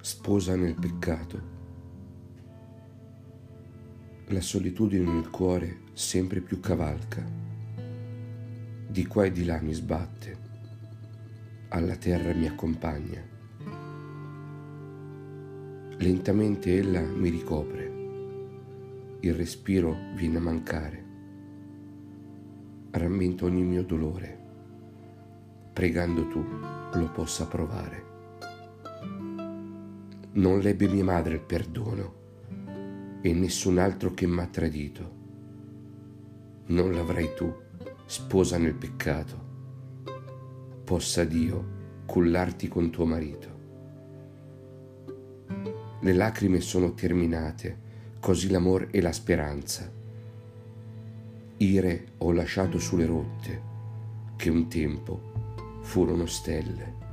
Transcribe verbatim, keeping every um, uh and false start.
sposa nel peccato. La solitudine nel cuore sempre più cavalca, di qua e di là mi sbatte, alla terra mi accompagna. Lentamente ella mi ricopre, il respiro viene a mancare, rammento ogni mio dolore, pregando tu lo possa provare. Non l'ebbe mia madre il perdono e nessun altro che m'ha tradito. Non l'avrai tu, sposa nel peccato. Possa Dio cullarti con tuo marito. Le lacrime sono terminate, così l'amor e la speranza. Ire ho lasciato sulle rotte, che un tempo furono stelle.